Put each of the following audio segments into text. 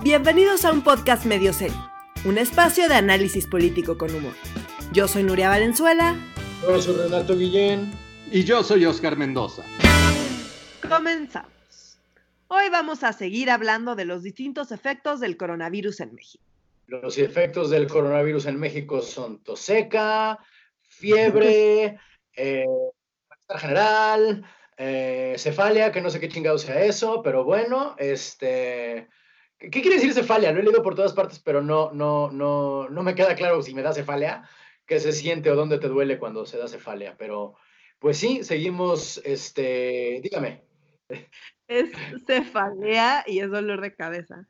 Bienvenidos a un podcast medio serio, un espacio de análisis político con humor. Yo soy Nuria Valenzuela. Yo soy Renato Guillén. Y yo soy Oscar Mendoza. Comenzamos. Hoy vamos a seguir hablando de los distintos efectos del coronavirus en México. Los efectos del coronavirus en México son tos seca, fiebre, malestar general, cefalia, que no sé qué chingado sea eso, pero bueno, ¿qué quiere decir cefalia? Lo he leído por todas partes, pero no me queda claro si me da cefalia, qué se siente o dónde te duele cuando se da cefalia, pero pues sí, seguimos, dígame. Es cefalea y es dolor de cabeza.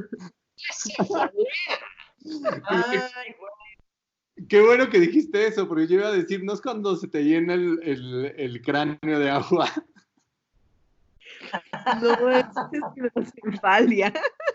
Ay, Qué bueno que dijiste eso, porque yo iba a decir, no es cuando se te llena el cráneo de agua. No, es cefalia.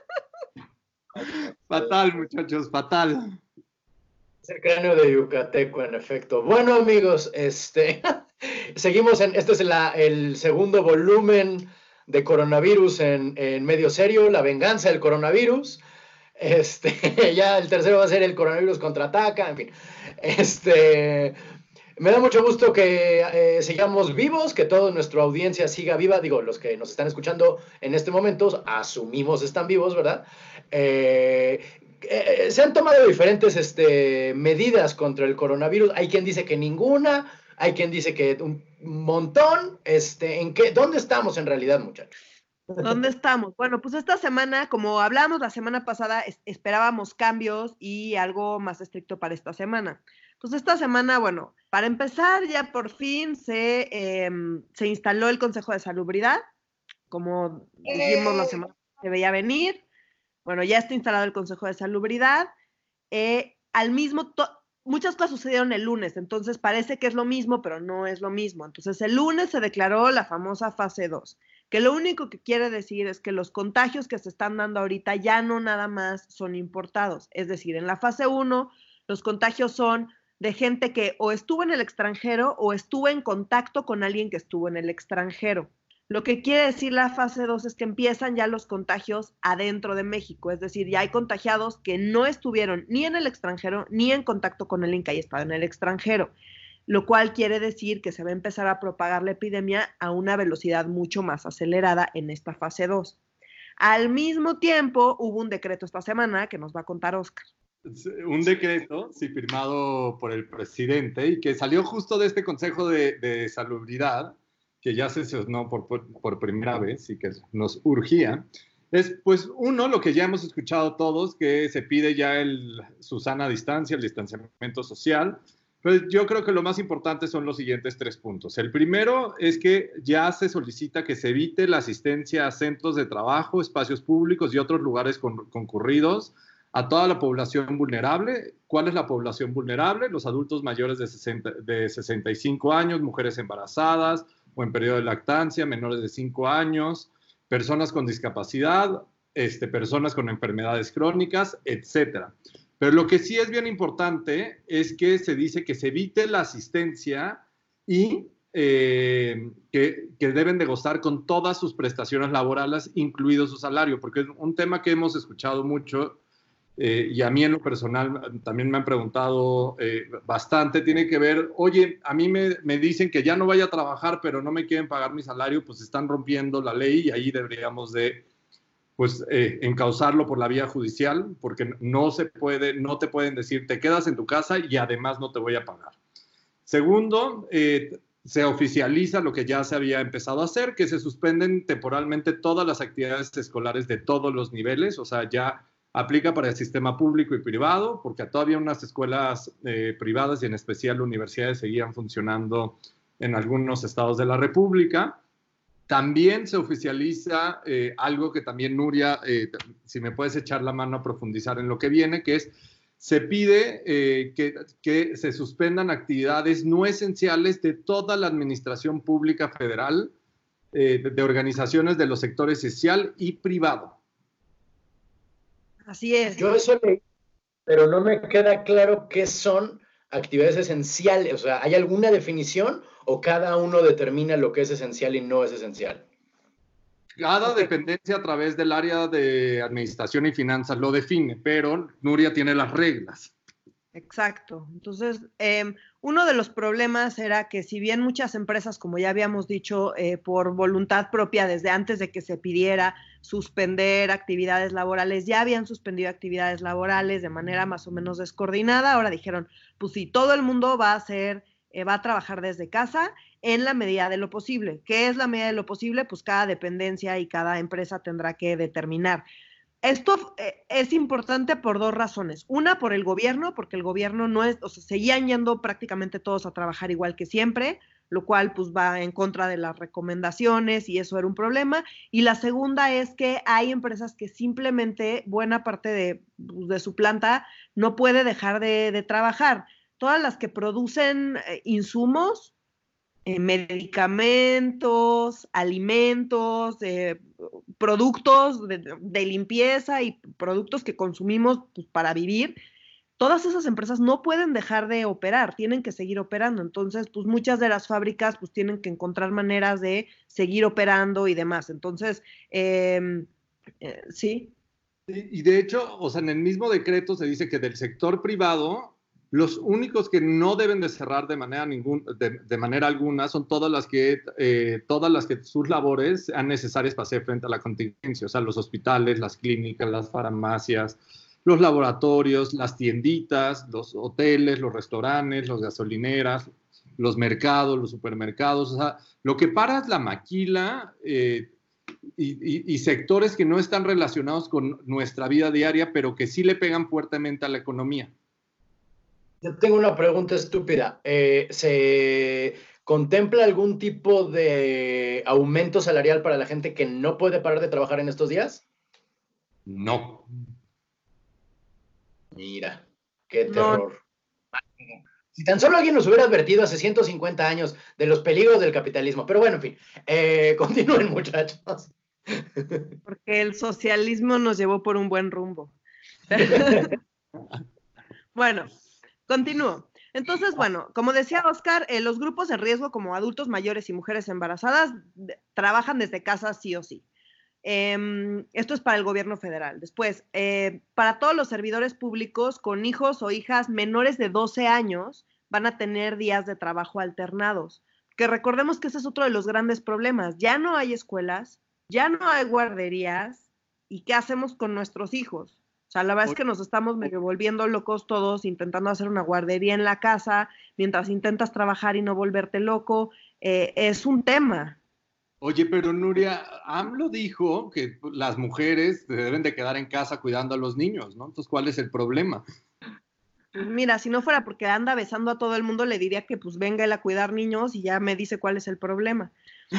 Fatal, muchachos, fatal. Es el cráneo de yucateco, en efecto. Bueno, amigos, seguimos este es el segundo volumen de coronavirus en medio serio, la venganza del coronavirus. Ya el tercero va a ser el coronavirus contraataca, en fin. Me da mucho gusto que sigamos vivos, que toda nuestra audiencia siga viva. Digo, los que nos están escuchando en este momento, asumimos están vivos, ¿verdad? Se han tomado diferentes medidas contra el coronavirus. Hay quien dice que ninguna, hay quien dice que un montón. ¿Dónde estamos en realidad, muchachos? ¿Dónde estamos? Bueno, pues esta semana, como hablamos la semana pasada, esperábamos cambios y algo más estricto para esta semana. Pues esta semana, bueno, para empezar, ya por fin se instaló el Consejo de Salubridad, como dijimos la semana que se veía venir. Bueno, ya está instalado el Consejo de Salubridad. Muchas cosas sucedieron el lunes, entonces parece que es lo mismo, pero no es lo mismo. Entonces el lunes se declaró la famosa fase 2, que lo único que quiere decir es que los contagios que se están dando ahorita ya no nada más son importados. Es decir, en la fase 1, los contagios son de gente que o estuvo en el extranjero o estuvo en contacto con alguien que estuvo en el extranjero. Lo que quiere decir la fase 2 es que empiezan ya los contagios adentro de México, es decir, ya hay contagiados que no estuvieron ni en el extranjero ni en contacto con alguien que haya estado en el extranjero, lo cual quiere decir que se va a empezar a propagar la epidemia a una velocidad mucho más acelerada en esta fase 2. Al mismo tiempo, hubo un decreto esta semana que nos va a contar Oscar. Un decreto, sí, firmado por el presidente y que salió justo de este Consejo de Salubridad, que ya se sesionó por primera vez y que nos urgía, es pues uno, lo que ya hemos escuchado todos, que se pide ya su sana distancia, el distanciamiento social. Pues yo creo que lo más importante son los siguientes 3 puntos. El primero es que ya se solicita que se evite la asistencia a centros de trabajo, espacios públicos y otros lugares concurridos a toda la población vulnerable. ¿Cuál es la población vulnerable? Los adultos mayores de 65 años, mujeres embarazadas o en periodo de lactancia, menores de 5 años, personas con discapacidad, personas con enfermedades crónicas, etc. Pero lo que sí es bien importante es que se dice que se evite la asistencia y que deben de gozar con todas sus prestaciones laborales, incluido su salario, porque es un tema que hemos escuchado mucho y a mí en lo personal también me han preguntado bastante, tiene que ver, oye, a mí me dicen que ya no vaya a trabajar, pero no me quieren pagar mi salario, pues están rompiendo la ley y ahí deberíamos de encauzarlo por la vía judicial, porque no te pueden decir, te quedas en tu casa y además no te voy a pagar. Segundo, se oficializa lo que ya se había empezado a hacer, que se suspenden temporalmente todas las actividades escolares de todos los niveles, o sea, ya aplica para el sistema público y privado, porque todavía unas escuelas privadas y en especial universidades seguían funcionando en algunos estados de la República. También se oficializa algo que también Nuria, si me puedes echar la mano a profundizar en lo que viene, que es, se pide que se suspendan actividades no esenciales de toda la administración pública federal, de organizaciones de los sectores social y privado. Así es. Yo eso leí, pero no me queda claro qué son actividades esenciales. O sea, ¿hay alguna definición o cada uno determina lo que es esencial y no es esencial? Cada dependencia a través del área de administración y finanzas lo define, pero Nuria tiene las reglas. Exacto. Entonces, uno de los problemas era que si bien muchas empresas, como ya habíamos dicho, por voluntad propia, desde antes de que se pidiera suspender actividades laborales, ya habían suspendido actividades laborales de manera más o menos descoordinada, ahora dijeron, pues sí, todo el mundo va a trabajar desde casa en la medida de lo posible. ¿Qué es la medida de lo posible? Pues cada dependencia y cada empresa tendrá que determinar. Esto es importante por dos razones. Una, por el gobierno, porque el gobierno no es, o sea, seguían yendo prácticamente todos a trabajar igual que siempre, lo cual pues va en contra de las recomendaciones y eso era un problema. Y la segunda es que hay empresas que simplemente buena parte de su planta no puede dejar de trabajar. Todas las que producen insumos, medicamentos, alimentos, productos de limpieza y productos que consumimos pues, para vivir, todas esas empresas no pueden dejar de operar, tienen que seguir operando. Entonces, pues muchas de las fábricas pues tienen que encontrar maneras de seguir operando y demás. Entonces, sí. Y de hecho, o sea, en el mismo decreto se dice que del sector privado, los únicos que no deben de cerrar de manera alguna son todas las que sus labores sean necesarias para hacer frente a la contingencia, o sea, los hospitales, las clínicas, las farmacias, los laboratorios, las tienditas, los hoteles, los restaurantes, las gasolineras, los mercados, los supermercados, o sea, lo que para es la maquila y sectores que no están relacionados con nuestra vida diaria, pero que sí le pegan fuertemente a la economía. Yo tengo una pregunta estúpida. ¿Se contempla algún tipo de aumento salarial para la gente que no puede parar de trabajar en estos días? No. Mira, qué terror. No. Si tan solo alguien nos hubiera advertido hace 150 años de los peligros del capitalismo. Pero bueno, en fin, continúen, muchachos. Porque el socialismo nos llevó por un buen rumbo. Bueno, continúo. Entonces, bueno, como decía Oscar, los grupos de riesgo como adultos mayores y mujeres embarazadas trabajan desde casa sí o sí. Esto es para el gobierno federal. Después, para todos los servidores públicos con hijos o hijas menores de 12 años van a tener días de trabajo alternados. Que recordemos que ese es otro de los grandes problemas. Ya no hay escuelas, ya no hay guarderías. ¿Y qué hacemos con nuestros hijos? O sea, la verdad es que nos estamos medio volviendo locos todos intentando hacer una guardería en la casa mientras intentas trabajar y no volverte loco. Es un tema. Oye, pero Nuria, AMLO dijo que las mujeres se deben de quedar en casa cuidando a los niños, ¿no? Entonces, ¿cuál es el problema? Mira, si no fuera porque anda besando a todo el mundo, le diría que pues venga él a cuidar niños y ya me dice cuál es el problema.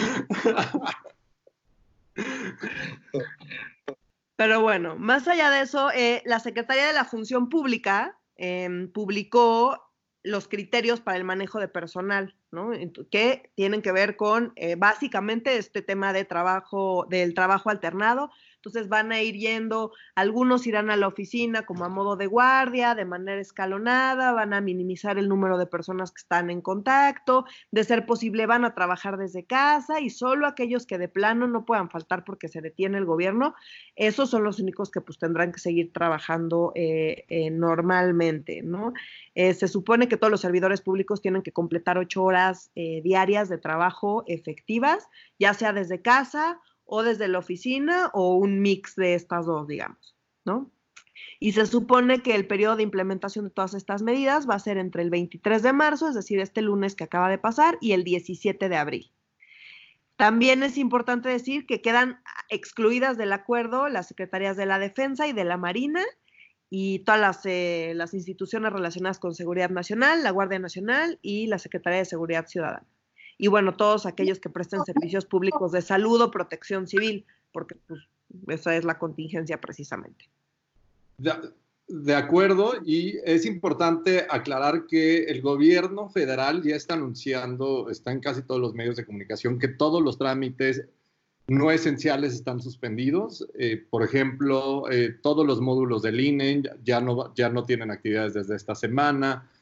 Pero bueno, más allá de eso, la Secretaría de la Función Pública publicó los criterios para el manejo de personal, ¿no? Que tienen que ver con básicamente este tema de del trabajo alternado. Entonces van a ir yendo, algunos irán a la oficina como a modo de guardia, de manera escalonada, van a minimizar el número de personas que están en contacto, de ser posible van a trabajar desde casa y solo aquellos que de plano no puedan faltar porque se detiene el gobierno, esos son los únicos que pues tendrán que seguir trabajando normalmente, ¿no? Se supone que todos los servidores públicos tienen que completar 8 horas diarias de trabajo efectivas, ya sea desde casa o desde la oficina o un mix de estas dos, digamos, ¿no? Y se supone que el periodo de implementación de todas estas medidas va a ser entre el 23 de marzo, es decir, este lunes que acaba de pasar, y el 17 de abril. También es importante decir que quedan excluidas del acuerdo las secretarías de la Defensa y de la Marina y todas las instituciones relacionadas con seguridad nacional, la Guardia Nacional y la Secretaría de Seguridad Ciudadana. Y bueno, todos aquellos que presten servicios públicos de salud o protección civil, porque pues esa es la contingencia precisamente. De acuerdo, y es importante aclarar que el gobierno federal ya está anunciando, está en casi todos los medios de comunicación, que todos los trámites no esenciales están suspendidos. Por ejemplo, todos los módulos del INE ya no tienen actividades desde esta semana.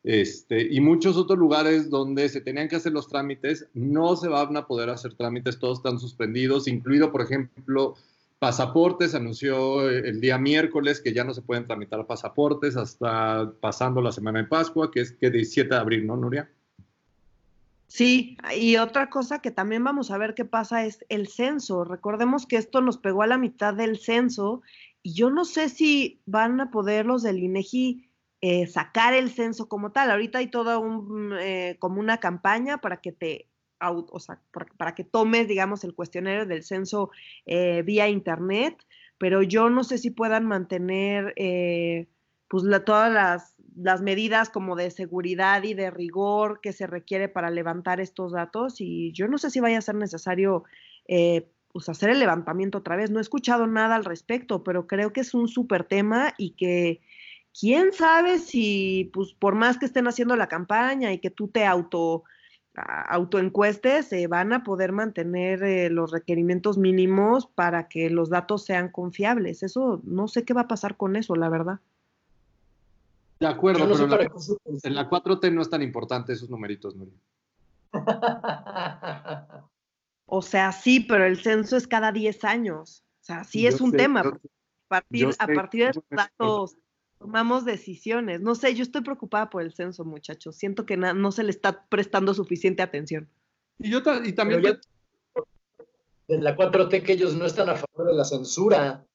y muchos otros lugares donde se tenían que hacer los trámites, no se van a poder hacer trámites, todos están suspendidos, incluido, por ejemplo, pasaportes. Anunció el día miércoles que ya no se pueden tramitar pasaportes hasta pasando la semana de Pascua, que es 17 de abril, ¿no, Nuria? Sí, y otra cosa que también vamos a ver qué pasa es el censo. Recordemos que esto nos pegó a la mitad del censo y yo no sé si van a poder los del INEGI sacar el censo como tal. Ahorita hay toda como una campaña para que o sea, para que tomes, digamos, el cuestionario del censo vía internet, pero yo no sé si puedan mantener pues todas las medidas como de seguridad y de rigor que se requiere para levantar estos datos, y yo no sé si vaya a ser necesario pues hacer el levantamiento otra vez. No he escuchado nada al respecto, pero creo que es un súper tema y que quién sabe si, pues por más que estén haciendo la campaña y que tú te autoencuestes, se van a poder mantener los requerimientos mínimos para que los datos sean confiables. Eso, no sé qué va a pasar con eso, la verdad. De acuerdo, no pero en la 4T no es tan importante esos numeritos, Nuria. O sea, sí, pero el censo es cada 10 años. O sea, sí es un tema. A partir de los datos tomamos decisiones. No sé, yo estoy preocupada por el censo, muchachos. Siento que no se le está prestando suficiente atención. Y también de la 4T que ellos no están a favor de la censura.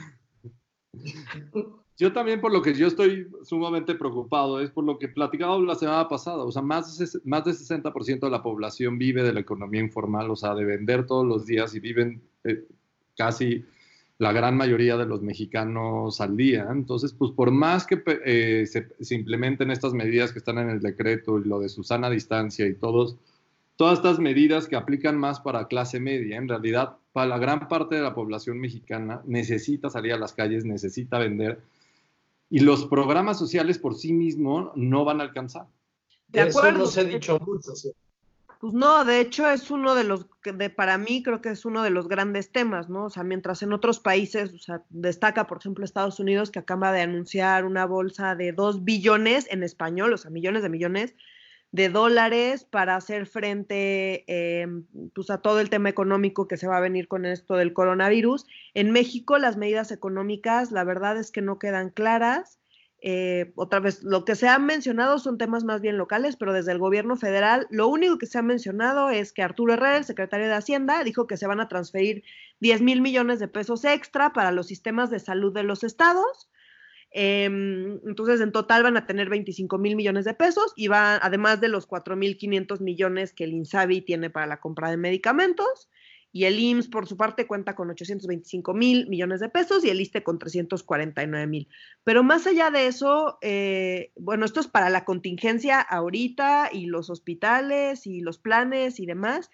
Yo también, por lo que yo estoy sumamente preocupado, es por lo que platicábamos la semana pasada. O sea, más de 60% de la población vive de la economía informal, o sea, de vender todos los días, y viven casi la gran mayoría de los mexicanos al día. Entonces, pues por más que se implementen estas medidas que están en el decreto y lo de Susana Distancia y todas estas medidas que aplican más para clase media, en realidad, para la gran parte de la población mexicana necesita salir a las calles, necesita vender. Y los programas sociales por sí mismos no van a alcanzar. De acuerdo. Eso no se ha dicho mucho. ¿Sí? Pues no, de hecho es uno de los, para mí creo que es uno de los grandes temas, ¿no? O sea, mientras en otros países, o sea, destaca, por ejemplo, Estados Unidos, que acaba de anunciar una bolsa de 2 billones en español, o sea, millones de millones de dólares para hacer frente pues a todo el tema económico que se va a venir con esto del coronavirus. En México las medidas económicas, la verdad es que no quedan claras. Otra vez, lo que se han mencionado son temas más bien locales, pero desde el gobierno federal, lo único que se ha mencionado es que Arturo Herrera, el secretario de Hacienda, dijo que se van a transferir 10,000 millones de pesos extra para los sistemas de salud de los estados. Entonces en total van a tener 25,000 millones de pesos y van, además de los 4,500 millones que el INSABI tiene para la compra de medicamentos, y el IMSS por su parte cuenta con 825,000 millones de pesos y el ISSSTE con 349,000. Pero más allá de eso, bueno, esto es para la contingencia ahorita y los hospitales y los planes y demás.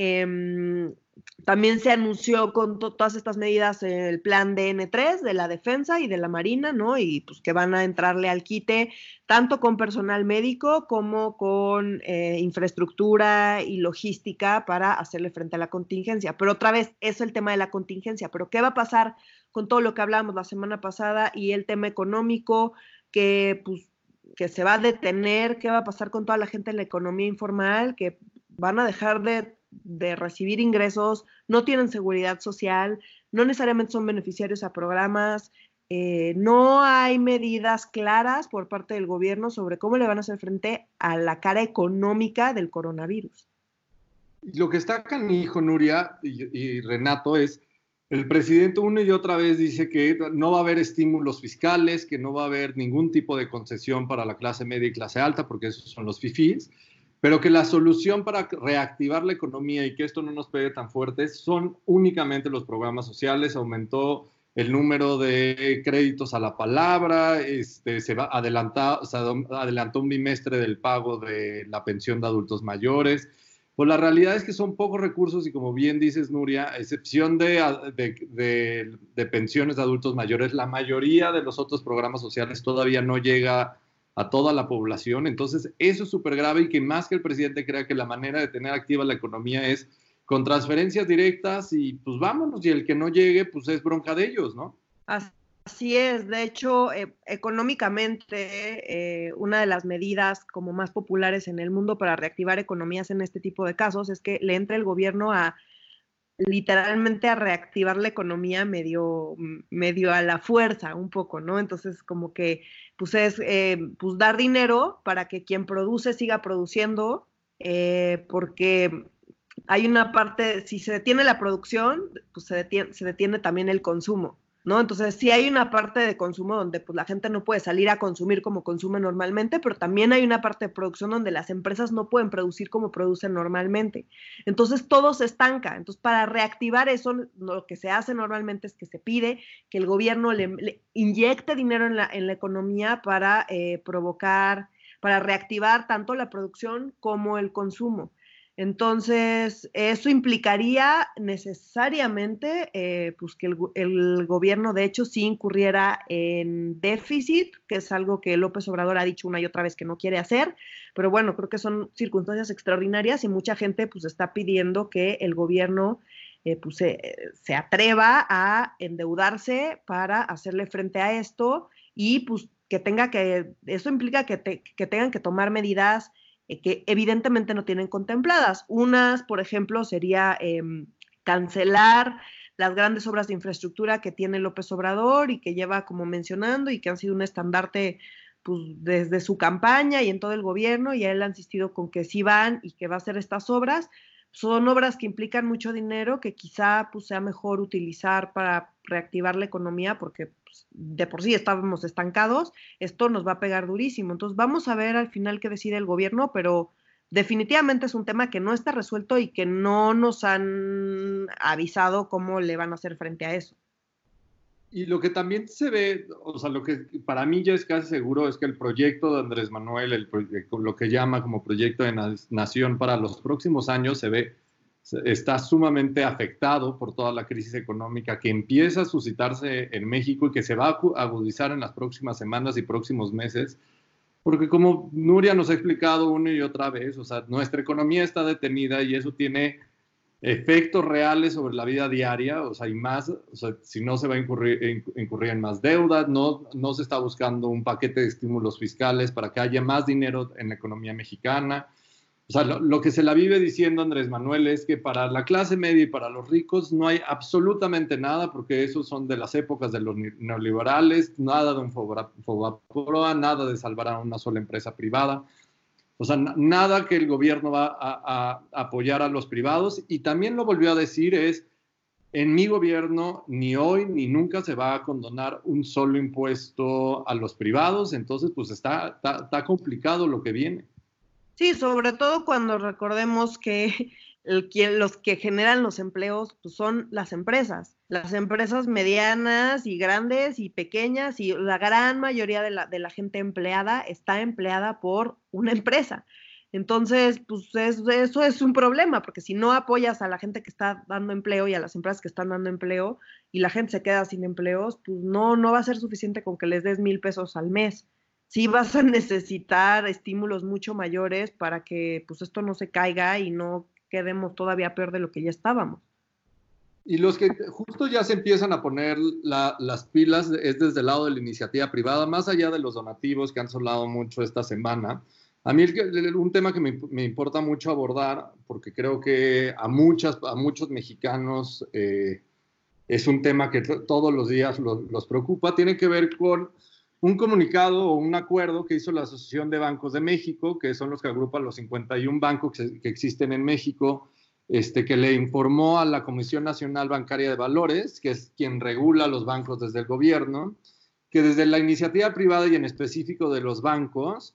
También se anunció con todas estas medidas el plan DN3 de la defensa y de la marina, ¿no? Y pues que van a entrarle al quite tanto con personal médico como con infraestructura y logística para hacerle frente a la contingencia. Pero otra vez, eso es el tema de la contingencia. Pero ¿qué va a pasar con todo lo que hablamos la semana pasada y el tema económico que se va a detener? ¿Qué va a pasar con toda la gente en la economía informal que van a dejar de recibir ingresos, no tienen seguridad social, no necesariamente son beneficiarios a programas, no hay medidas claras por parte del gobierno sobre cómo le van a hacer frente a la cara económica del coronavirus? Lo que está canijo, Nuria y Renato, es el presidente una y otra vez dice que no va a haber estímulos fiscales, que no va a haber ningún tipo de concesión para la clase media y clase alta, porque esos son los fifís, pero que la solución para reactivar la economía y que esto no nos pegue tan fuerte son únicamente los programas sociales. Aumentó el número de créditos a la palabra, se adelantó un bimestre del pago de la pensión de adultos mayores. Pues la realidad es que son pocos recursos y, como bien dices, Nuria, a excepción de pensiones de adultos mayores, la mayoría de los otros programas sociales todavía no llega a toda la población. Entonces eso es súper grave, y que más que el presidente crea que la manera de tener activa la economía es con transferencias directas y pues vámonos, y el que no llegue pues es bronca de ellos, ¿no? Así es, de hecho, económicamente, una de las medidas como más populares en el mundo para reactivar economías en este tipo de casos es que le entre el gobierno a literalmente a reactivar la economía medio a la fuerza, un poco, ¿no? Entonces, como que, pues es, pues dar dinero para que quien produce siga produciendo, porque hay una parte, si se detiene la producción, pues se detiene también el consumo, ¿no? Entonces, sí hay una parte de consumo donde pues la gente no puede salir a consumir como consume normalmente, pero también hay una parte de producción donde las empresas no pueden producir como producen normalmente. Entonces, todo se estanca. Entonces, para reactivar eso, lo que se hace normalmente es que se pide que el gobierno le inyecte dinero en la economía para para reactivar tanto la producción como el consumo. Entonces, eso implicaría necesariamente pues que el gobierno, de hecho, sí incurriera en déficit, que es algo que López Obrador ha dicho una y otra vez que no quiere hacer, pero bueno, creo que son circunstancias extraordinarias y mucha gente pues está pidiendo que el gobierno pues se atreva a endeudarse para hacerle frente a esto y pues eso implica que tengan que tomar medidas que evidentemente no tienen contempladas. Unas, por ejemplo, sería cancelar las grandes obras de infraestructura que tiene López Obrador y que lleva como mencionando y que han sido un estandarte pues, desde su campaña y en todo el gobierno, y a él ha insistido con que sí van y que va a hacer estas obras. Son obras que implican mucho dinero que quizá pues, sea mejor utilizar para reactivar la economía porque pues, de por sí estábamos estancados, esto nos va a pegar durísimo. Entonces vamos a ver al final qué decide el gobierno, pero definitivamente es un tema que no está resuelto y que no nos han avisado cómo le van a hacer frente a eso. Y lo que también se ve, o sea, lo que para mí ya es casi seguro es que el proyecto de Andrés Manuel, lo que llama como proyecto de nación para los próximos años, está sumamente afectado por toda la crisis económica que empieza a suscitarse en México y que se va a agudizar en las próximas semanas y próximos meses. Porque como Nuria nos ha explicado una y otra vez, o sea, nuestra economía está detenida y eso tiene efectos reales sobre la vida diaria, o sea, y más, o sea, si no se va a incurrir en más deudas, no se está buscando un paquete de estímulos fiscales para que haya más dinero en la economía mexicana. O sea, lo que se la vive diciendo Andrés Manuel es que para la clase media y para los ricos no hay absolutamente nada, porque esos son de las épocas de los neoliberales, nada de un Fobaproa, nada de salvar a una sola empresa privada. O sea, nada que el gobierno va a apoyar a los privados. Y también lo volvió a decir en mi gobierno ni hoy ni nunca se va a condonar un solo impuesto a los privados. Entonces, pues está complicado lo que viene. Sí, sobre todo cuando recordemos que los que generan los empleos pues son las empresas medianas y grandes y pequeñas, y la gran mayoría de la gente empleada está empleada por una empresa. Entonces, pues eso es un problema, porque si no apoyas a la gente que está dando empleo y a las empresas que están dando empleo y la gente se queda sin empleos, pues no va a ser suficiente con que les des 1,000 pesos al mes. Sí vas a necesitar estímulos mucho mayores para que pues esto no se caiga y no quedemos todavía peor de lo que ya estábamos. Y los que justo ya se empiezan a poner las pilas es desde el lado de la iniciativa privada, más allá de los donativos que han sonado mucho esta semana. A mí un tema que me importa mucho abordar, porque creo que a muchos mexicanos es un tema que todos los días los preocupa, tiene que ver con un comunicado o un acuerdo que hizo la Asociación de Bancos de México, que son los que agrupan los 51 bancos que existen en México, que le informó a la Comisión Nacional Bancaria de Valores, que es quien regula los bancos desde el gobierno, que desde la iniciativa privada y en específico de los bancos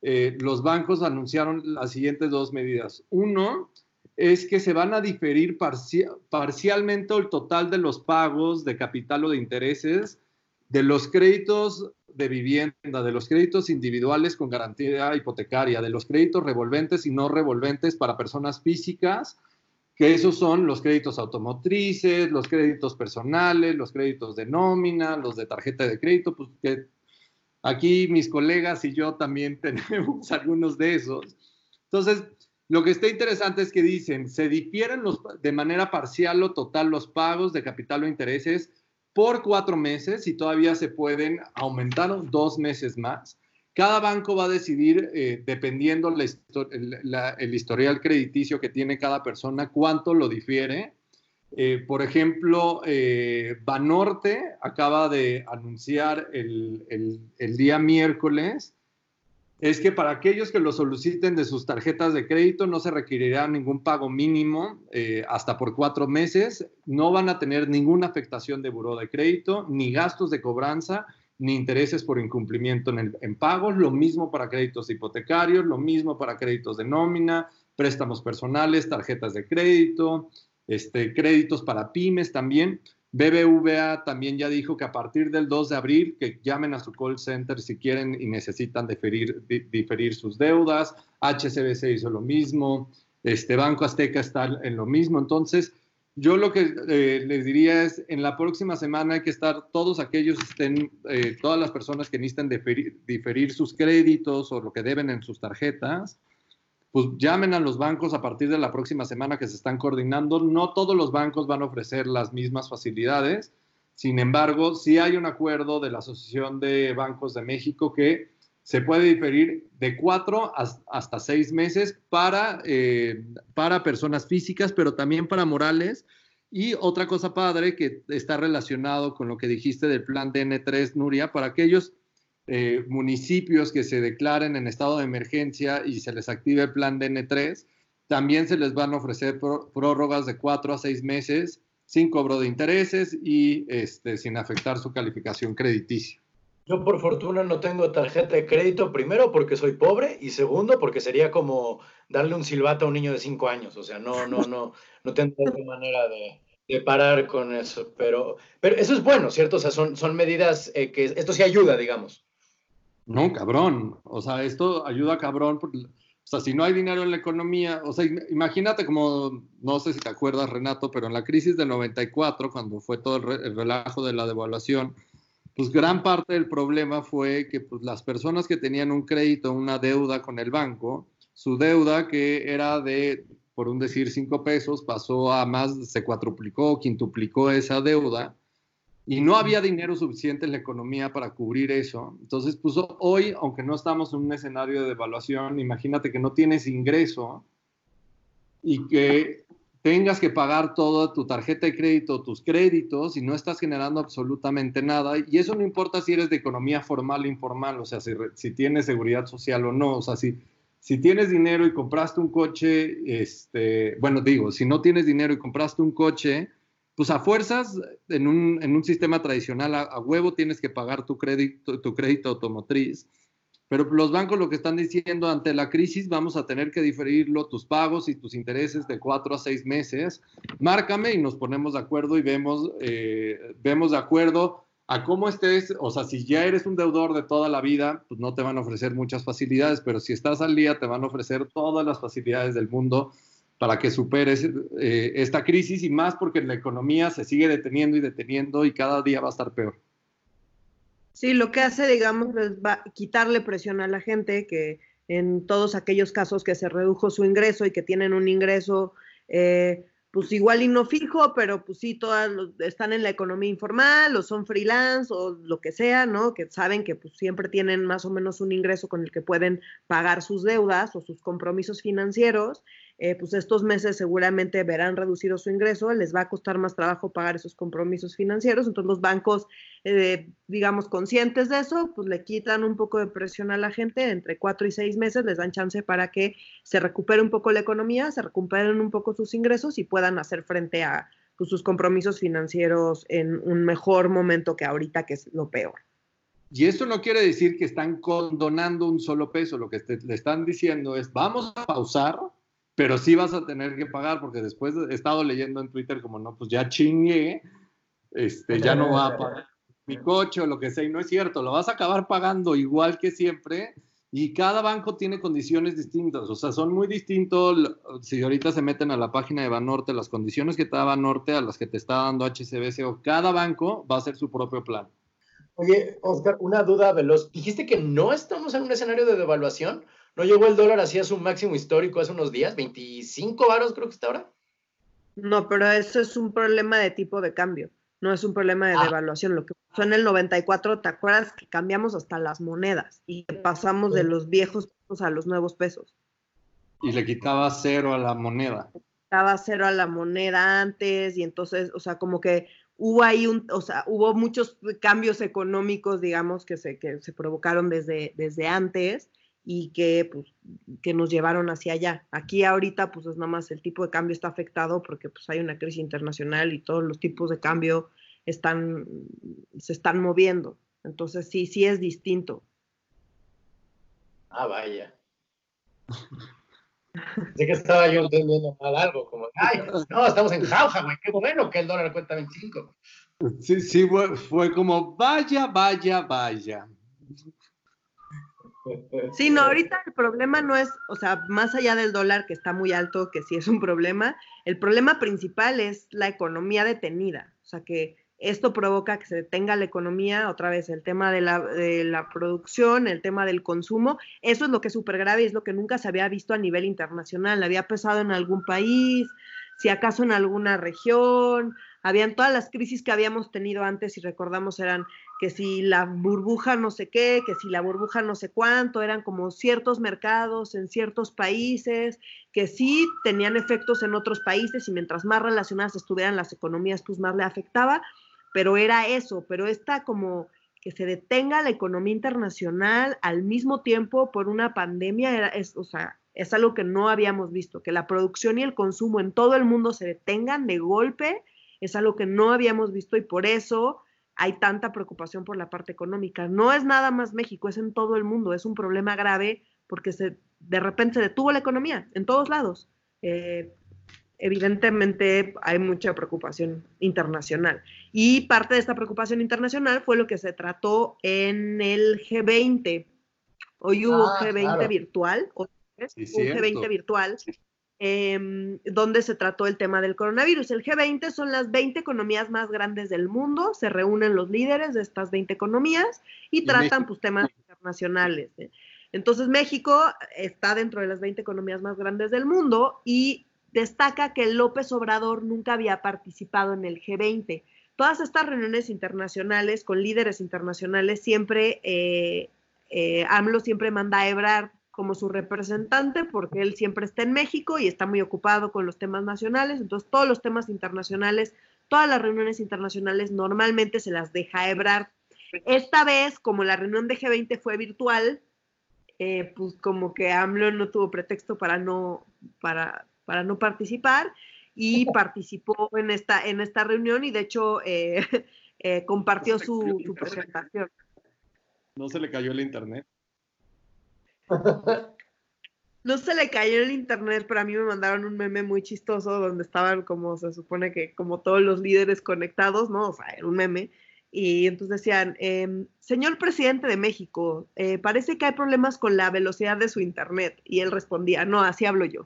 anunciaron las siguientes dos medidas. Uno es que se van a diferir parcialmente el total de los pagos de capital o de intereses de los créditos de vivienda, de los créditos individuales con garantía hipotecaria, de los créditos revolventes y no revolventes para personas físicas, que esos son los créditos automotrices, los créditos personales, los créditos de nómina, los de tarjeta de crédito, pues que aquí mis colegas y yo también tenemos algunos de esos. Entonces, lo que está interesante es que dicen, se difieren de manera parcial o total los pagos de capital o intereses por 4 meses y todavía se pueden aumentar 2 meses más. Cada banco va a decidir, dependiendo el historial crediticio que tiene cada persona, cuánto lo difiere. Por ejemplo, Banorte acaba de anunciar el día miércoles es que para aquellos que lo soliciten de sus tarjetas de crédito no se requerirá ningún pago mínimo hasta por 4 meses. No van a tener ninguna afectación de buró de crédito, ni gastos de cobranza, ni intereses por incumplimiento en pagos. Lo mismo para créditos hipotecarios, lo mismo para créditos de nómina, préstamos personales, tarjetas de crédito, créditos para pymes también. BBVA también ya dijo que a partir del 2 de abril que llamen a su call center si quieren y necesitan diferir sus deudas. HSBC hizo lo mismo. Banco Azteca está en lo mismo. Entonces, yo lo que les diría es, en la próxima semana hay que estar, todas las personas que necesitan diferir sus créditos o lo que deben en sus tarjetas, pues llamen a los bancos a partir de la próxima semana que se están coordinando. No todos los bancos van a ofrecer las mismas facilidades. Sin embargo, sí hay un acuerdo de la Asociación de Bancos de México que se puede diferir de 4 hasta 6 meses para personas físicas, pero también para morales. Y otra cosa padre que está relacionado con lo que dijiste del plan DN3, Nuria, para aquellos municipios que se declaren en estado de emergencia y se les active el plan DN3, también se les van a ofrecer prórrogas de 4 a 6 meses sin cobro de intereses y sin afectar su calificación crediticia. Yo por fortuna no tengo tarjeta de crédito, primero porque soy pobre y segundo porque sería como darle un silbato a un niño de 5 años, o sea, no tendría manera de parar con eso, pero eso es bueno, ¿cierto? O sea, son medidas que esto sí ayuda, digamos. No, cabrón. O sea, esto ayuda cabrón. O sea, si no hay dinero en la economía, o sea, imagínate como, no sé si te acuerdas, Renato, pero en la crisis del 94, cuando fue todo el relajo de la devaluación, pues gran parte del problema fue que pues, las personas que tenían un crédito, una deuda con el banco, su deuda que era de, por un decir, 5 pesos, pasó a más, se cuatruplicó, quintuplicó esa deuda. Y no había dinero suficiente en la economía para cubrir eso. Entonces, pues hoy, aunque no estamos en un escenario de devaluación, imagínate que no tienes ingreso y que tengas que pagar toda tu tarjeta de crédito, tus créditos, y no estás generando absolutamente nada. Y eso no importa si eres de economía formal o informal, o sea, si tienes seguridad social o no. O sea, si tienes dinero y compraste un coche, si no tienes dinero y compraste un coche, pues a fuerzas, en un sistema tradicional, a huevo tienes que pagar tu crédito automotriz. Pero los bancos lo que están diciendo, ante la crisis vamos a tener que diferirlo, tus pagos y tus intereses de 4 a 6 meses. Márcame y nos ponemos de acuerdo y vemos de acuerdo a cómo estés. O sea, si ya eres un deudor de toda la vida, pues no te van a ofrecer muchas facilidades, pero si estás al día te van a ofrecer todas las facilidades del mundo para que superes esta crisis, y más porque la economía se sigue deteniendo y cada día va a estar peor. Sí, lo que hace, digamos, es quitarle presión a la gente que en todos aquellos casos que se redujo su ingreso y que tienen un ingreso pues igual y no fijo, pero pues sí, todas están en la economía informal o son freelance o lo que sea, ¿no? Que saben que pues siempre tienen más o menos un ingreso con el que pueden pagar sus deudas o sus compromisos financieros. Pues estos meses seguramente verán reducido su ingreso, les va a costar más trabajo pagar esos compromisos financieros, entonces los bancos, digamos, conscientes de eso, pues le quitan un poco de presión a la gente, entre 4 y 6 meses les dan chance para que se recupere un poco la economía, se recuperen un poco sus ingresos y puedan hacer frente a pues, sus compromisos financieros en un mejor momento que ahorita, que es lo peor. Y esto no quiere decir que están condonando un solo peso, lo que le están diciendo es, vamos a pausar, pero sí vas a tener que pagar, porque después he estado leyendo en Twitter como, no, pues ya chingué, ya no va a pagar mi coche o lo que sea, y no es cierto, lo vas a acabar pagando igual que siempre, y cada banco tiene condiciones distintas, o sea, son muy distintos. Si ahorita se meten a la página de Banorte, las condiciones que te da Banorte a las que te está dando HSBC, o cada banco va a hacer su propio plan. Oye, Oscar, una duda veloz. ¿Dijiste que no estamos en un escenario de devaluación? ¿No llegó el dólar así a su máximo histórico hace unos días? ¿25 varos creo que está ahora? No, pero eso es un problema de tipo de cambio. no es un problema de devaluación. Lo que pasó en el 94, ¿te acuerdas que cambiamos hasta las monedas y que pasamos de los viejos pesos a los nuevos pesos? Y le quitaba 0 a la moneda. Estaba 0 a la moneda antes y entonces, o sea, como que hubo ahí hubo muchos cambios económicos, digamos, que se provocaron desde antes y pues, que nos llevaron hacia allá. Aquí ahorita, pues es nada más el tipo de cambio está afectado porque pues hay una crisis internacional y todos los tipos de cambio se están moviendo. Entonces sí es distinto. Ah, vaya. Sé que estaba yo entendiendo mal algo, como, ay, no, estamos en jauja, güey, qué bueno que el dólar cuesta 25. Sí, fue como, vaya. Sí, no, ahorita el problema no es, o sea, más allá del dólar que está muy alto, que sí es un problema, el problema principal es la economía detenida, o sea, que esto provoca que se detenga la economía, otra vez el tema de la producción, el tema del consumo, eso es lo que es súper grave y es lo que nunca se había visto a nivel internacional, había pasado en algún país, si acaso en alguna región, habían todas las crisis que habíamos tenido antes, si recordamos, eran que si la burbuja no sé qué, que si la burbuja no sé cuánto, eran como ciertos mercados en ciertos países, que sí tenían efectos en otros países y mientras más relacionadas estuvieran las economías, pues más le afectaba, pero era eso, pero esta como que se detenga la economía internacional al mismo tiempo por una pandemia, o sea, es algo que no habíamos visto, que la producción y el consumo en todo el mundo se detengan de golpe, es algo que no habíamos visto y por eso hay tanta preocupación por la parte económica. No es nada más México, es en todo el mundo, es un problema grave porque de repente se detuvo la economía en todos lados. Evidentemente hay mucha preocupación internacional y parte de esta preocupación internacional fue lo que se trató en el G20. Hoy hubo G20 claro. virtual, Sí, un G20 virtual, donde se trató el tema del coronavirus. El G20 son las 20 economías más grandes del mundo, se reúnen los líderes de estas 20 economías y tratan pues, temas internacionales. Entonces México está dentro de las 20 economías más grandes del mundo y destaca que López Obrador nunca había participado en el G20. Todas estas reuniones internacionales con líderes internacionales siempre AMLO siempre manda a Ebrard como su representante porque él siempre está en México y está muy ocupado con los temas nacionales, entonces todos los temas internacionales, todas las reuniones internacionales normalmente se las deja a Ebrard. Esta vez, como la reunión de G20 fue virtual, pues como que AMLO no tuvo pretexto para no participar y participó en esta reunión y de hecho compartió su presentación. ¿No se le cayó el internet? No se le cayó el internet, pero a mí me mandaron un meme muy chistoso donde estaban como, se supone que como todos los líderes conectados, ¿no? O sea, era un meme. Y entonces decían, señor presidente de México, parece que hay problemas con la velocidad de su internet. Y él respondía, no, así hablo yo.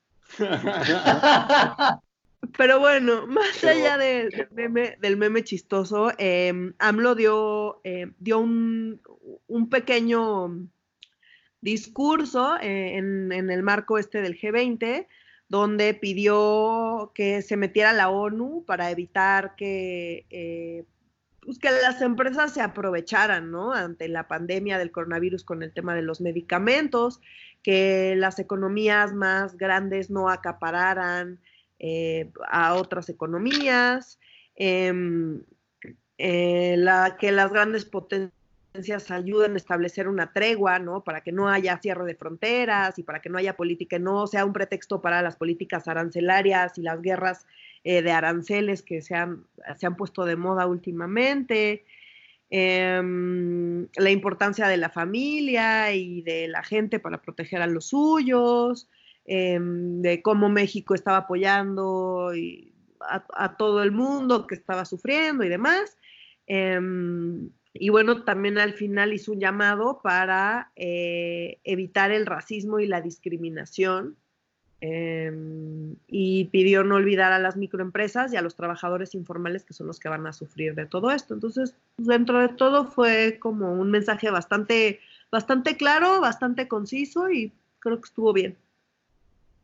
Pero bueno, más allá del meme chistoso, AMLO dio un pequeño discurso en el marco del G20, donde pidió que se metiera la ONU para evitar que las empresas se aprovecharan, ¿no? Ante la pandemia del coronavirus con el tema de los medicamentos, que las economías más grandes no acapararan a otras economías, que las grandes potencias ayuden a establecer una tregua, ¿no? Para que no haya cierre de fronteras y para que no haya política, no sea un pretexto para las políticas arancelarias y las guerras de aranceles que se han puesto de moda últimamente, la importancia de la familia y de la gente para proteger a los suyos, de cómo México estaba apoyando a todo el mundo que estaba sufriendo y demás. Y bueno, también al final hizo un llamado para evitar el racismo y la discriminación. Y pidió no olvidar a las microempresas y a los trabajadores informales que son los que van a sufrir de todo esto. Entonces, dentro de todo fue como un mensaje bastante claro, bastante conciso y creo que estuvo bien.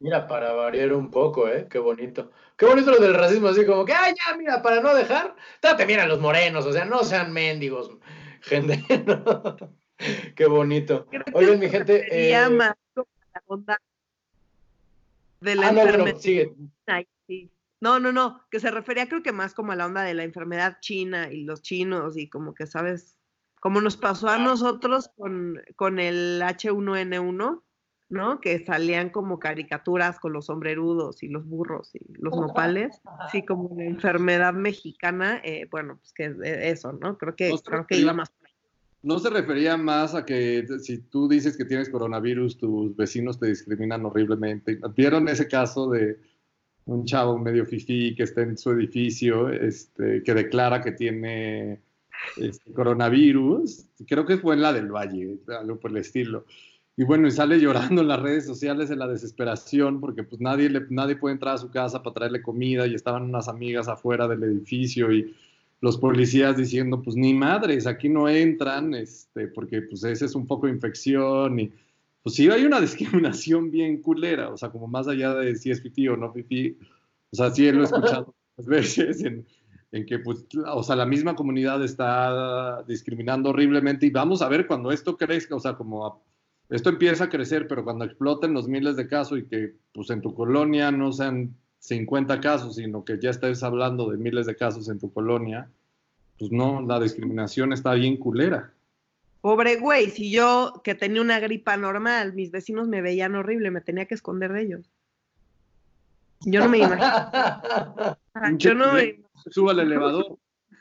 Mira, para variar un poco, ¿eh? Qué bonito. Qué bonito lo del racismo, así como que, ay, ya, mira, para no dejar, trate bien a los morenos, o sea, no sean mendigos, gente. ¿no? Qué bonito. Creo que Oigan, mi se gente, refería más como a la onda de la no, bueno, enfermedad. sigue. Ay, sí. No, que se refería creo que más como a la onda de la enfermedad china y los chinos y como que, ¿sabes? Como nos pasó a nosotros con el H1N1, ¿no? Que salían como caricaturas con los sombrerudos y los burros y los nopales, sí, como una enfermedad mexicana, bueno, pues que eso, ¿no? Creo No que, se creo que iba refería, más por ahí. no se refería más a que si tú dices que tienes coronavirus, tus vecinos te discriminan horriblemente. ¿Vieron ese caso de un chavo medio fifí que está en su edificio, que declara que tiene coronavirus? Creo que fue en la del Valle, algo por el estilo. Y bueno, y sale llorando en las redes sociales en la desesperación porque pues nadie puede entrar a su casa para traerle comida y estaban unas amigas afuera del edificio y los policías diciendo, pues ni madres, aquí no entran, porque pues ese es un foco de infección y pues sí hay una discriminación bien culera, o sea, como más allá de si es fifí o no fifí, o sea, sí lo he escuchado muchas veces en que, pues, o sea, la misma comunidad está discriminando horriblemente y vamos a ver cuando esto crezca, o sea, esto empieza a crecer, pero cuando exploten los miles de casos y que, pues, en tu colonia no sean 50 casos, sino que ya estés hablando de miles de casos en tu colonia, pues no, la discriminación está bien culera. Pobre güey, si yo que tenía una gripa normal, mis vecinos me veían horrible, me tenía que esconder de ellos. Yo no me imagino. Pinche Yo no culero, me, suba al elevador.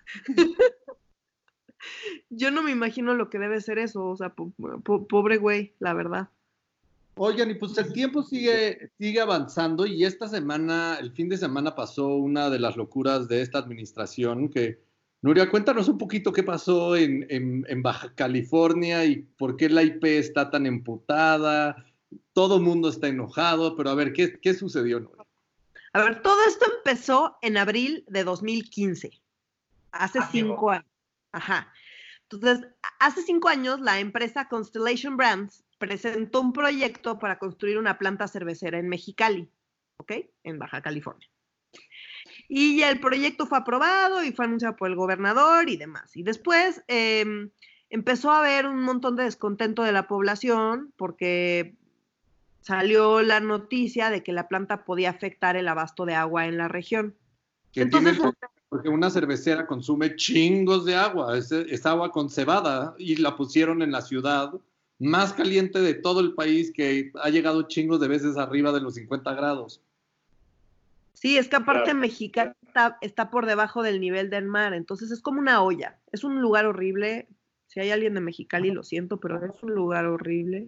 yo no me imagino lo que debe ser eso, o sea, pobre güey, la verdad. Oigan, y pues el tiempo sigue avanzando y esta semana, el fin de semana pasó una de las locuras de esta administración que, Nuria, cuéntanos un poquito qué pasó en Baja California y por qué la IP está tan emputada. Todo el mundo está enojado, pero a ver, ¿qué sucedió, Nuria? A ver, todo esto empezó en abril de 2015, hace 5 años. Ajá. Entonces, hace 5 años la empresa Constellation Brands presentó un proyecto para construir una planta cervecera en Mexicali, ¿ok? En Baja California. Y ya el proyecto fue aprobado y fue anunciado por el gobernador y demás. Y después empezó a haber un montón de descontento de la población porque salió la noticia de que la planta podía afectar el abasto de agua en la región. Que Entonces, porque una cervecera consume chingos de agua, es agua con cebada y la pusieron en la ciudad más caliente de todo el país que ha llegado chingos de veces arriba de los 50 grados. sí, es que aparte Claro. Mexicali está por debajo del nivel del mar, entonces es como una olla, es un lugar horrible. Si hay alguien de Mexicali, lo siento, pero es un lugar horrible.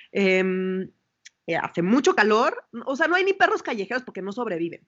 Hace mucho calor, o sea, no hay ni perros callejeros porque no sobreviven.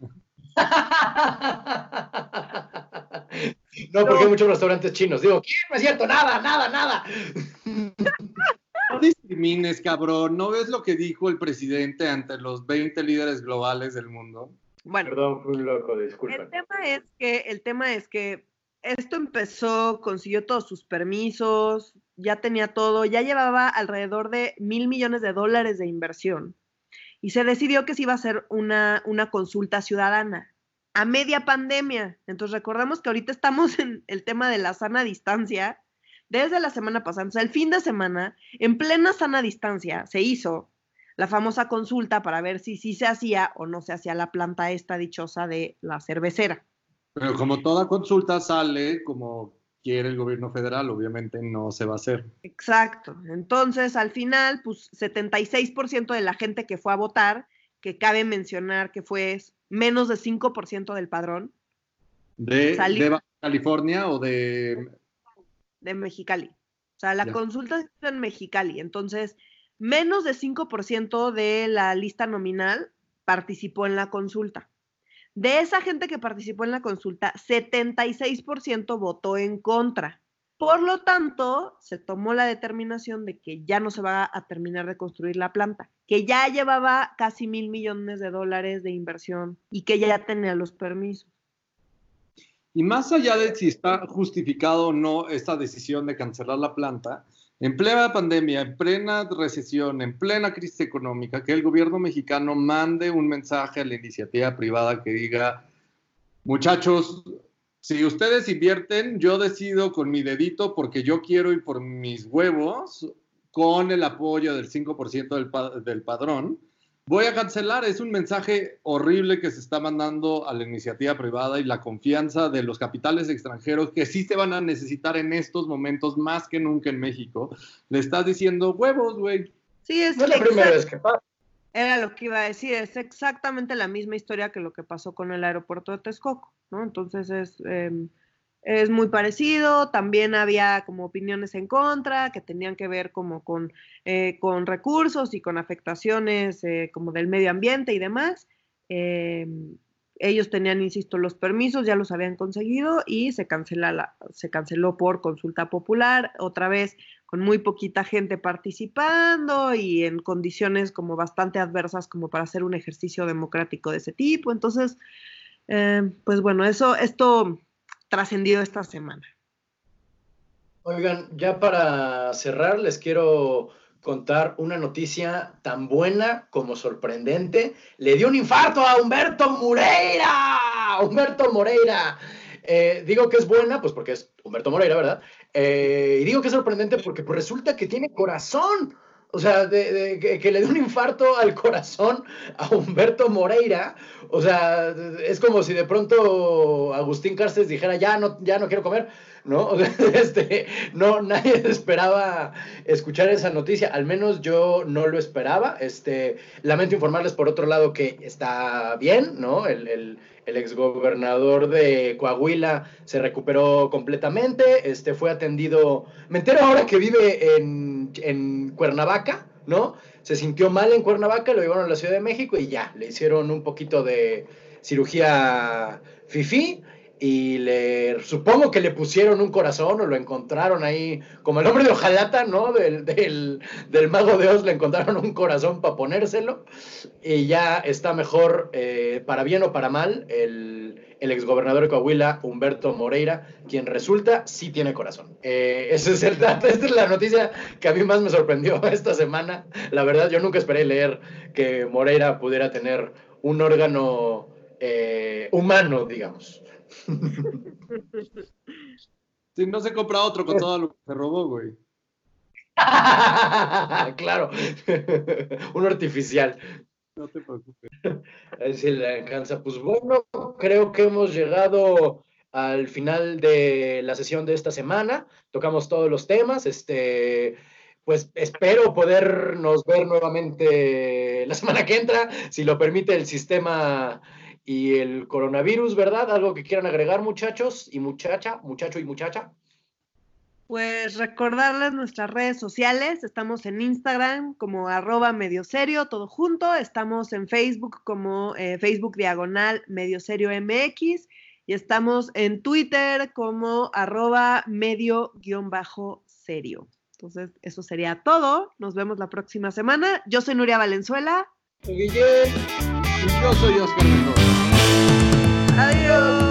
No, porque hay muchos restaurantes chinos. Digo, ¿quién? No es cierto, nada, nada, nada. No discrimines, cabrón. ¿No ves lo que dijo el presidente ante los 20 líderes globales del mundo? Bueno, Perdón, fui un loco, disculpen. el tema es que esto empezó, consiguió todos sus permisos, ya tenía todo, ya llevaba alrededor de $1,000 millones de inversión. Y se decidió que se iba a hacer una consulta ciudadana a media pandemia. Entonces recordemos que ahorita estamos en el tema de la sana distancia desde la semana pasada. O sea, el fin de semana, en plena sana distancia, se hizo la famosa consulta para ver si sí se hacía o no se hacía la planta esta dichosa de la cervecera. Pero como toda consulta sale como quiere el gobierno federal, obviamente no se va a hacer. Exacto. Entonces, al final, pues 76% de la gente que fue a votar, que cabe mencionar que fue menos de 5% del padrón, ¿De Baja California o de...? De Mexicali. O sea, la Ya. consulta se hizo en Mexicali. Entonces, menos de 5% de la lista nominal participó en la consulta. De esa gente que participó en la consulta, 76% votó en contra. Por lo tanto, se tomó la determinación de que ya no se va a terminar de construir la planta, que ya llevaba casi $1,000 millones de inversión y que ya tenía los permisos. Y más allá de si está justificado o no esta decisión de cancelar la planta, en plena pandemia, en plena recesión, en plena crisis económica, que el gobierno mexicano mande un mensaje a la iniciativa privada que diga, muchachos, si ustedes invierten, yo decido con mi dedito porque yo quiero y por mis huevos, con el apoyo del 5% del padrón, voy a cancelar. Es un mensaje horrible que se está mandando a la iniciativa privada y la confianza de los capitales extranjeros que sí se van a necesitar en estos momentos más que nunca en México. Le estás diciendo huevos, güey. Sí, es no es la primera vez que pasa. Era lo que iba a decir, es exactamente la misma historia que lo que pasó con el aeropuerto de Texcoco, ¿no? Entonces es muy parecido. También había como opiniones en contra que tenían que ver como con recursos y con afectaciones como del medio ambiente y demás. Ellos tenían, insisto, los permisos, ya los habían conseguido y se canceló por consulta popular, otra vez con muy poquita gente participando y en condiciones como bastante adversas como para hacer un ejercicio democrático de ese tipo. Entonces, pues bueno, esto trascendió esta semana. Oigan, ya para cerrar, les quiero contar una noticia tan buena como sorprendente. Le dio un infarto a Humberto Moreira. Humberto Moreira. Digo que es buena, pues porque es Humberto Moreira, ¿verdad? Y digo que es sorprendente porque pues resulta que tiene corazón. O sea, que le dio un infarto al corazón a Humberto Moreira. O sea, es como si de pronto Agustín Carstens dijera, ya no quiero comer, ¿no? O sea, no, nadie esperaba escuchar esa noticia, al menos yo no lo esperaba. Lamento informarles por otro lado que está bien, ¿no? El exgobernador de Coahuila se recuperó completamente, fue atendido, me entero ahora que vive en Cuernavaca, ¿no? Se sintió mal en Cuernavaca, lo llevaron a la Ciudad de México y ya, le hicieron un poquito de cirugía fifí y supongo que le pusieron un corazón o lo encontraron ahí, como el hombre de hojalata, ¿no? Del Mago de Oz, le encontraron un corazón para ponérselo y ya está mejor, para bien o para mal, el exgobernador de Coahuila, Humberto Moreira, quien resulta sí tiene corazón. Ese es el dato, esta es la noticia que a mí más me sorprendió esta semana. La verdad, yo nunca esperé leer que Moreira pudiera tener un órgano humano, digamos. Si no se compra otro con todo lo que se robó, güey. Claro, un artificial. No te preocupes. Ahí sí le alcanza. Pues bueno, creo que hemos llegado al final de la sesión de esta semana. Tocamos todos los temas. Pues espero podernos ver nuevamente la semana que entra, si lo permite el sistema y el coronavirus, ¿verdad? ¿Algo que quieran agregar, muchachos y muchacho y muchacha? Pues recordarles nuestras redes sociales, estamos en Instagram como @medioserio, todo junto, estamos en Facebook como Facebook/MedioSerioMX y estamos en Twitter como @medio_serio. Entonces, eso sería todo, nos vemos la próxima semana. Yo soy Nuria Valenzuela. Soy Guillén. Y yo soy Oscar Mendoza. Adiós.